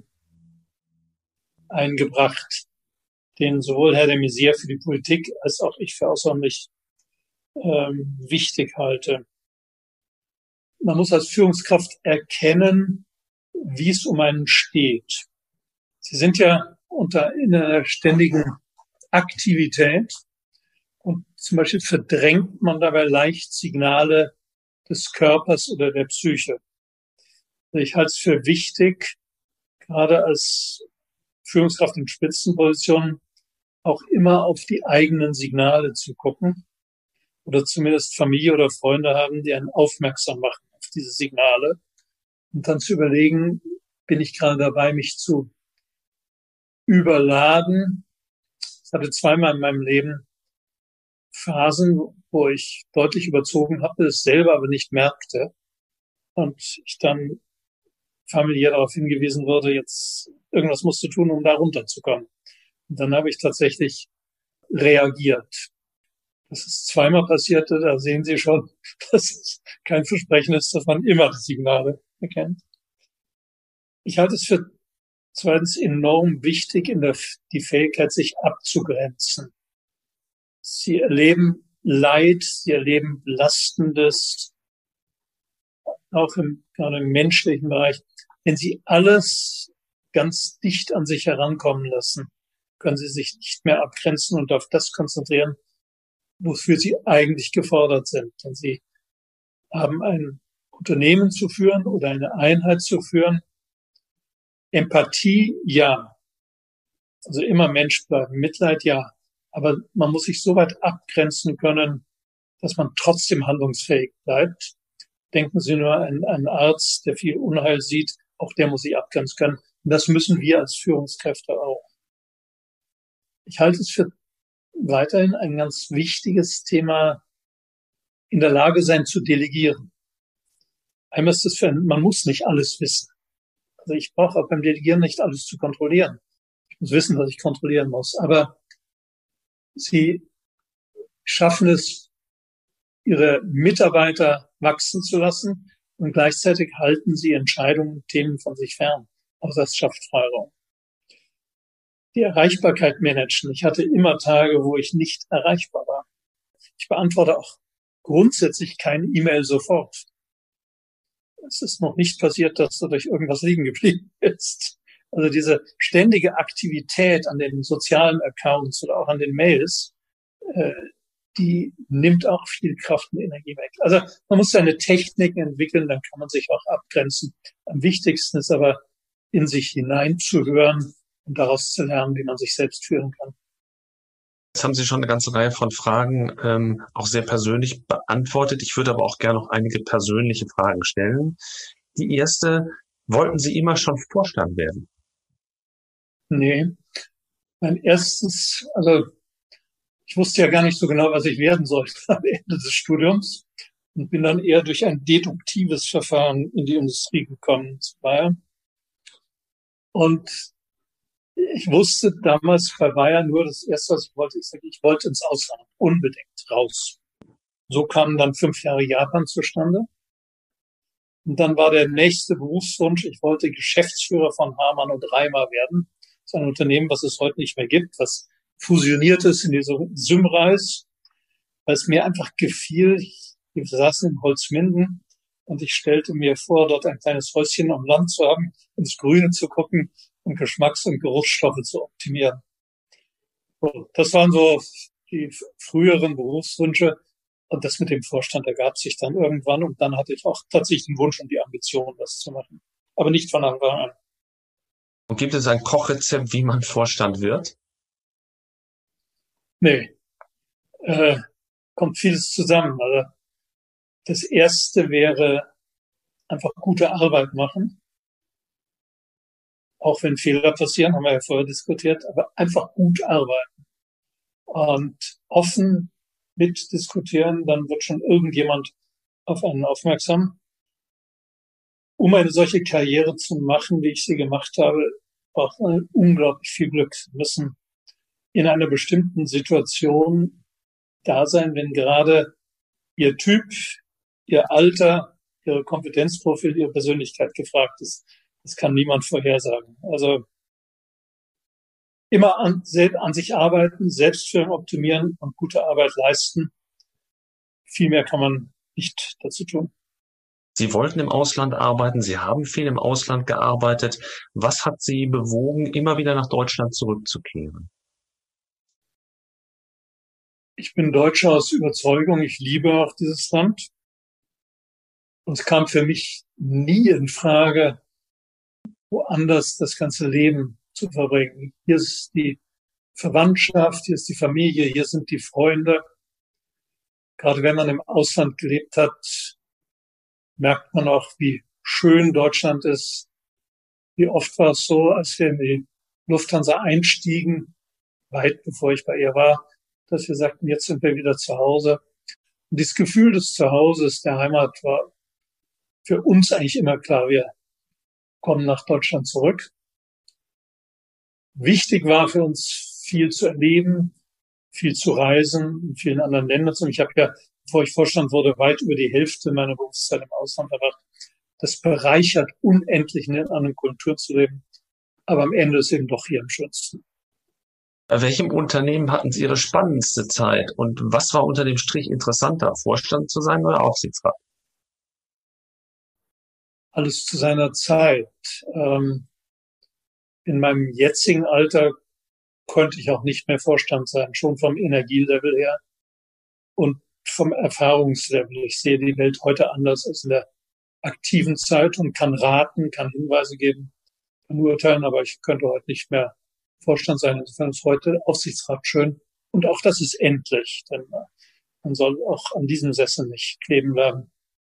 eingebracht, den sowohl Herr de Maizière für die Politik als auch ich für außerordentlich ähm, wichtig halte. Man muss als Führungskraft erkennen, wie es um einen steht. Sie sind ja unter in einer ständigen Aktivität und zum Beispiel verdrängt man dabei leicht Signale des Körpers oder der Psyche. Ich halte es für wichtig, gerade als Führungskraft in Spitzenpositionen auch immer auf die eigenen Signale zu gucken oder zumindest Familie oder Freunde haben, die einen aufmerksam machen auf diese Signale und dann zu überlegen, bin ich gerade dabei, mich zu überladen. Ich hatte zweimal in meinem Leben Phasen, wo ich deutlich überzogen habe, es selber aber nicht merkte und ich dann familiär darauf hingewiesen wurde, jetzt irgendwas musst du tun, um da runterzukommen. Und dann habe ich tatsächlich reagiert. Das ist zweimal passierte, da sehen Sie schon, dass es kein Versprechen ist, dass man immer die Signale erkennt. Ich halte es für zweitens enorm wichtig, in der, die Fähigkeit, sich abzugrenzen. Sie erleben Leid, sie erleben Belastendes, auch im, gerade im menschlichen Bereich. Wenn Sie alles ganz dicht an sich herankommen lassen, können Sie sich nicht mehr abgrenzen und auf das konzentrieren, wofür Sie eigentlich gefordert sind. Denn Sie haben ein Unternehmen zu führen oder eine Einheit zu führen. Empathie, ja. Also immer Mensch bleiben. Mitleid, ja. Aber man muss sich so weit abgrenzen können, dass man trotzdem handlungsfähig bleibt. Denken Sie nur an einen Arzt, der viel Unheil sieht. Auch der muss sich abgrenzen können. Und das müssen wir als Führungskräfte auch. Ich halte es für weiterhin ein ganz wichtiges Thema, in der Lage sein zu delegieren. Einmal ist es für, man muss nicht alles wissen. Also ich brauche auch beim Delegieren nicht alles zu kontrollieren. Ich muss wissen, was ich kontrollieren muss. Aber Sie schaffen es, Ihre Mitarbeiter wachsen zu lassen und gleichzeitig halten Sie Entscheidungen, Themen von sich fern. Auch das schafft Freiraum. Die Erreichbarkeit managen. Ich hatte immer Tage, wo ich nicht erreichbar war. Ich beantworte auch grundsätzlich keine E-Mail sofort. Es ist noch nicht passiert, dass dadurch irgendwas liegen geblieben ist. Also diese ständige Aktivität an den sozialen Accounts oder auch an den Mails, äh, die nimmt auch viel Kraft und Energie weg. Also man muss seine Techniken entwickeln, dann kann man sich auch abgrenzen. Am wichtigsten ist aber, in sich hineinzuhören und daraus zu lernen, wie man sich selbst führen kann. Jetzt haben Sie schon eine ganze Reihe von Fragen ähm, auch sehr persönlich beantwortet. Ich würde aber auch gerne noch einige persönliche Fragen stellen. Die erste, wollten Sie immer schon Vorstand werden? Nee, mein erstes, also ich wusste ja gar nicht so genau, was ich werden sollte am Ende des Studiums und bin dann eher durch ein deduktives Verfahren in die Industrie gekommen zu Bayer. Und ich wusste damals bei Bayer nur, das erste, was ich wollte, ich sage, ich wollte ins Ausland, unbedingt raus. So kamen dann fünf Jahre Japan zustande. Und dann war der nächste Berufswunsch, ich wollte Geschäftsführer von Hamann und Reimer werden. Das ist ein Unternehmen, was es heute nicht mehr gibt, was fusioniert ist in diese Symrise, weil es mir einfach gefiel. Wir saßen in Holzminden und ich stellte mir vor, dort ein kleines Häuschen am Land zu haben, ins Grüne zu gucken und Geschmacks- und Geruchsstoffe zu optimieren. So, das waren so die früheren Berufswünsche und das mit dem Vorstand ergab sich dann irgendwann und dann hatte ich auch tatsächlich den Wunsch und die Ambition, das zu machen. Aber nicht von Anfang an. Und gibt es ein Kochrezept, wie man Vorstand wird? Nee, äh, kommt vieles zusammen. Also das erste wäre einfach gute Arbeit machen. Auch wenn Fehler passieren, haben wir ja vorher diskutiert, aber einfach gut arbeiten. Und offen mitdiskutieren, dann wird schon irgendjemand auf einen aufmerksam. Um eine solche Karriere zu machen, wie ich sie gemacht habe, braucht man unglaublich viel Glück. Sie müssen in einer bestimmten Situation da sein, wenn gerade Ihr Typ, Ihr Alter, Ihre Kompetenzprofil, Ihre Persönlichkeit gefragt ist. Das kann niemand vorhersagen. Also immer an, an sich arbeiten, Selbstführung optimieren und gute Arbeit leisten. viel mehr kann man nicht dazu tun. Sie wollten im Ausland arbeiten, Sie haben viel im Ausland gearbeitet. Was hat Sie bewogen, immer wieder nach Deutschland zurückzukehren? Ich bin Deutscher aus Überzeugung. Ich liebe auch dieses Land. Und es kam für mich nie in Frage, woanders das ganze Leben zu verbringen. Hier ist die Verwandtschaft, hier ist die Familie, hier sind die Freunde. Gerade wenn man im Ausland gelebt hat, merkt man auch, wie schön Deutschland ist. Wie oft war es so, als wir in die Lufthansa einstiegen, weit bevor ich bei ihr war, dass wir sagten, jetzt sind wir wieder zu Hause. Und dieses Gefühl des Zuhauses, der Heimat, war für uns eigentlich immer klar, wir kommen nach Deutschland zurück. Wichtig war für uns, viel zu erleben, viel zu reisen, in vielen anderen Ländern. Und ich habe ja, bevor ich Vorstand wurde, weit über die Hälfte meiner Berufszeit im Ausland verbracht. Das bereichert unendlich, in anderen Kulturen zu leben. Aber am Ende ist eben doch hier am schönsten. Bei welchem Unternehmen hatten Sie Ihre spannendste Zeit? Und was war unter dem Strich interessanter, Vorstand zu sein oder Aufsichtsrat? Alles zu seiner Zeit. Ähm, in meinem jetzigen Alter konnte ich auch nicht mehr Vorstand sein, schon vom Energielevel her und vom Erfahrungslevel. Ich sehe die Welt heute anders als in der aktiven Zeit und kann raten, kann Hinweise geben, kann urteilen, aber ich könnte heute nicht mehr Vorstand sein. Insofern ist heute Aufsichtsrat schön. Und auch das ist endlich, denn man soll auch an diesem Sessel nicht kleben bleiben.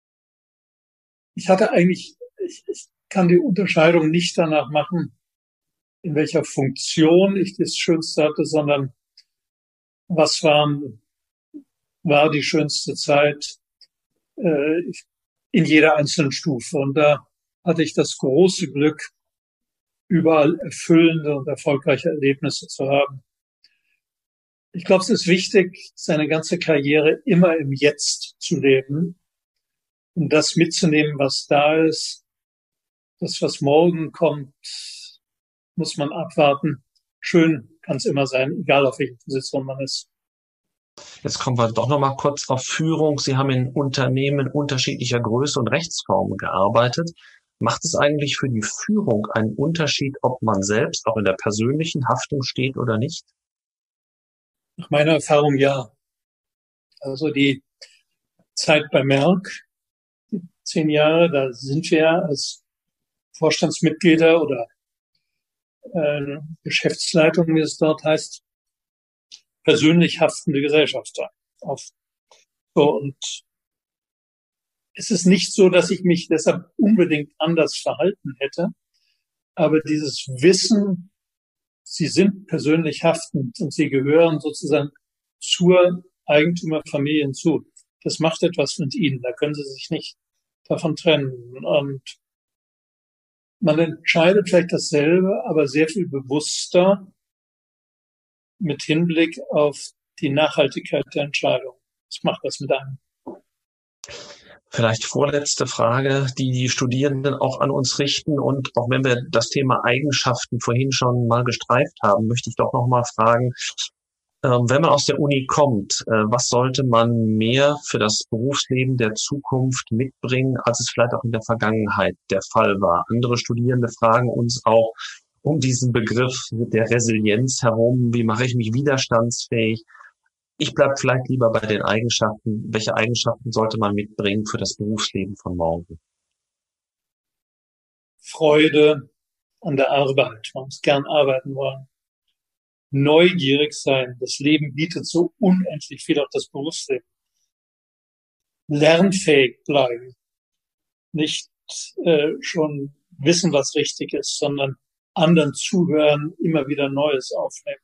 Ich hatte eigentlich, ich, ich kann die Unterscheidung nicht danach machen, in welcher Funktion ich das Schönste hatte, sondern was war, war die schönste Zeit äh, in jeder einzelnen Stufe. Und da hatte ich das große Glück, überall erfüllende und erfolgreiche Erlebnisse zu haben. Ich glaube, es ist wichtig, seine ganze Karriere immer im Jetzt zu leben und das mitzunehmen, was da ist. Das, was morgen kommt, muss man abwarten. Schön kann es immer sein, egal auf welcher Position man ist. Jetzt kommen wir doch noch mal kurz auf Führung. Sie haben in Unternehmen unterschiedlicher Größe und Rechtsformen gearbeitet. Macht es eigentlich für die Führung einen Unterschied, ob man selbst auch in der persönlichen Haftung steht oder nicht? Nach meiner Erfahrung ja. Also die Zeit bei Merck, die zehn Jahre, da sind wir als Vorstandsmitglieder oder äh, Geschäftsleitung, wie es dort heißt, persönlich haftende Gesellschafter. Auf. So, und es ist nicht so, dass ich mich deshalb unbedingt anders verhalten hätte, aber dieses Wissen, sie sind persönlich haftend und sie gehören sozusagen zur Eigentümerfamilie hinzu. Das macht etwas mit ihnen, da können sie sich nicht davon trennen. Und man entscheidet vielleicht dasselbe, aber sehr viel bewusster mit Hinblick auf die Nachhaltigkeit der Entscheidung. Das macht was mit einem. Vielleicht vorletzte Frage, die die Studierenden auch an uns richten. Und auch wenn wir das Thema Eigenschaften vorhin schon mal gestreift haben, möchte ich doch noch mal fragen, wenn man aus der Uni kommt, was sollte man mehr für das Berufsleben der Zukunft mitbringen, als es vielleicht auch in der Vergangenheit der Fall war? Andere Studierende fragen uns auch um diesen Begriff der Resilienz herum. Wie mache ich mich widerstandsfähig? Ich bleibe vielleicht lieber bei den Eigenschaften. Welche Eigenschaften sollte man mitbringen für das Berufsleben von morgen? Freude an der Arbeit. Man muss gern arbeiten wollen. Neugierig sein. Das Leben bietet so unendlich viel, auch das Berufsleben. Lernfähig bleiben. Nicht äh, schon wissen, was richtig ist, sondern anderen zuhören, immer wieder Neues aufnehmen.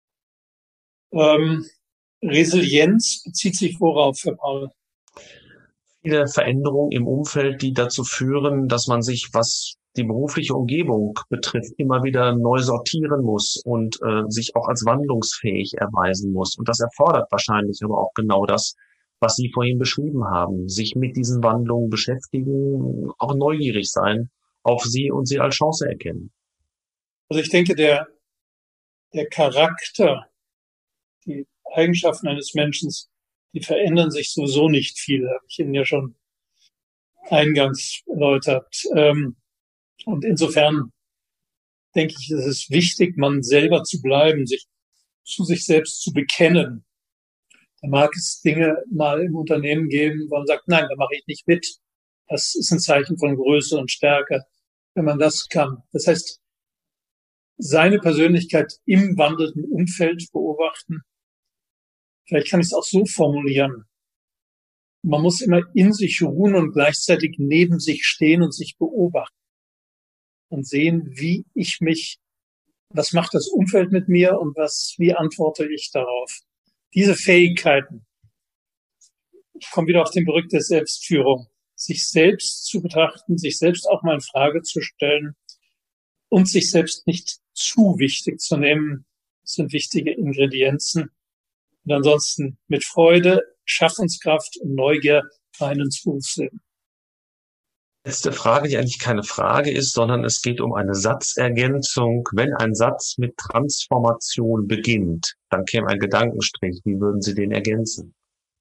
Ähm, Resilienz bezieht sich worauf, Herr Paul? Viele Veränderungen im Umfeld, die dazu führen, dass man sich, was die berufliche Umgebung betrifft, immer wieder neu sortieren muss und äh, sich auch als wandlungsfähig erweisen muss. Und das erfordert wahrscheinlich aber auch genau das, was Sie vorhin beschrieben haben. Sich mit diesen Wandlungen beschäftigen, auch neugierig sein auf sie und sie als Chance erkennen. Also ich denke, der, der Charakter, die Eigenschaften eines Menschen die verändern sich sowieso nicht viel, habe ich Ihnen ja schon eingangs erläutert. Und insofern denke ich, es ist wichtig, man selber zu bleiben, sich zu sich selbst zu bekennen. Da mag es Dinge mal im Unternehmen geben, wo man sagt, nein, da mache ich nicht mit. Das ist ein Zeichen von Größe und Stärke, wenn man das kann. Das heißt, seine Persönlichkeit im wandelnden Umfeld beobachten. Vielleicht kann ich es auch so formulieren. Man muss immer in sich ruhen und gleichzeitig neben sich stehen und sich beobachten und sehen, wie ich mich, was macht das Umfeld mit mir und was, wie antworte ich darauf? Diese Fähigkeiten, ich komme wieder auf den Berück der Selbstführung, sich selbst zu betrachten, sich selbst auch mal in Frage zu stellen und sich selbst nicht zu wichtig zu nehmen, sind wichtige Ingredienzen. Und ansonsten mit Freude, Schaffenskraft und Neugier rein ins Berufsleben. Letzte Frage, die eigentlich keine Frage ist, sondern es geht um eine Satzergänzung. Wenn ein Satz mit Transformation beginnt, dann käme ein Gedankenstrich. Wie würden Sie den ergänzen?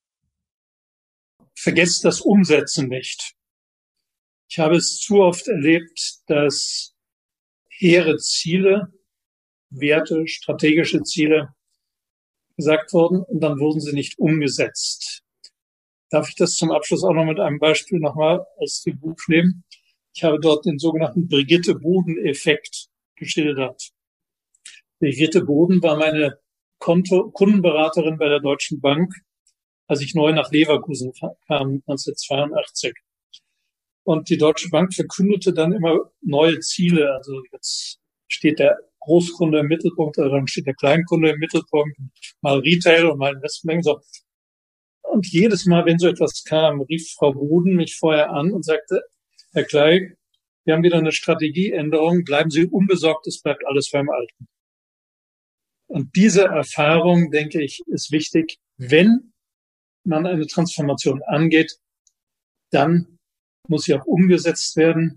Vergesst das Umsetzen nicht. Ich habe es zu oft erlebt, dass hehre Ziele, Werte, strategische Ziele gesagt wurden und dann wurden sie nicht umgesetzt. Darf ich das zum Abschluss auch noch mit einem Beispiel nochmal aus dem Buch nehmen? Ich habe dort den sogenannten Brigitte-Boden-Effekt geschildert. Brigitte Boden war meine Konto- Kundenberaterin bei der Deutschen Bank, als ich neu nach Leverkusen kam, neunzehnhundertzweiundachtzig. Und die Deutsche Bank verkündete dann immer neue Ziele. Also jetzt steht der Großkunde im Mittelpunkt, oder dann steht der Kleinkunde im Mittelpunkt, mal Retail und mal Investmentbanking. So. Und jedes Mal, wenn so etwas kam, rief Frau Boden mich vorher an und sagte, Herr Kley, wir haben wieder eine Strategieänderung, bleiben Sie unbesorgt, es bleibt alles beim Alten. Und diese Erfahrung, denke ich, ist wichtig. Wenn man eine Transformation angeht, dann muss sie auch umgesetzt werden.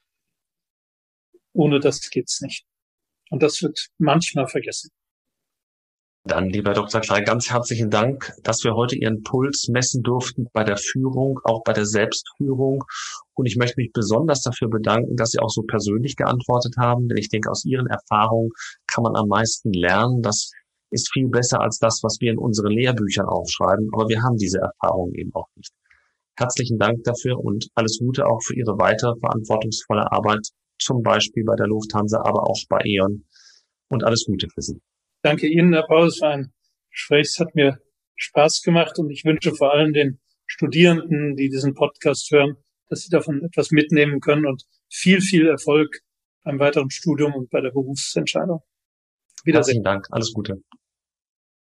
Ohne das geht's nicht. Und das wird manchmal vergessen. Dann, lieber Doktor Kley, ganz herzlichen Dank, dass wir heute Ihren Puls messen durften bei der Führung, auch bei der Selbstführung. Und ich möchte mich besonders dafür bedanken, dass Sie auch so persönlich geantwortet haben, denn ich denke, aus Ihren Erfahrungen kann man am meisten lernen. Das ist viel besser als das, was wir in unseren Lehrbüchern aufschreiben, aber wir haben diese Erfahrungen eben auch nicht. Herzlichen Dank dafür und alles Gute auch für Ihre weitere verantwortungsvolle Arbeit, zum Beispiel bei der Lufthansa, aber auch bei E.ON. Und alles Gute für Sie. Danke Ihnen, Herr Paul, für ein Gespräch. Es hat mir Spaß gemacht und ich wünsche vor allem den Studierenden, die diesen Podcast hören, dass sie davon etwas mitnehmen können und viel, viel Erfolg beim weiteren Studium und bei der Berufsentscheidung. Wiedersehen. Herzlichen Dank. Alles Gute.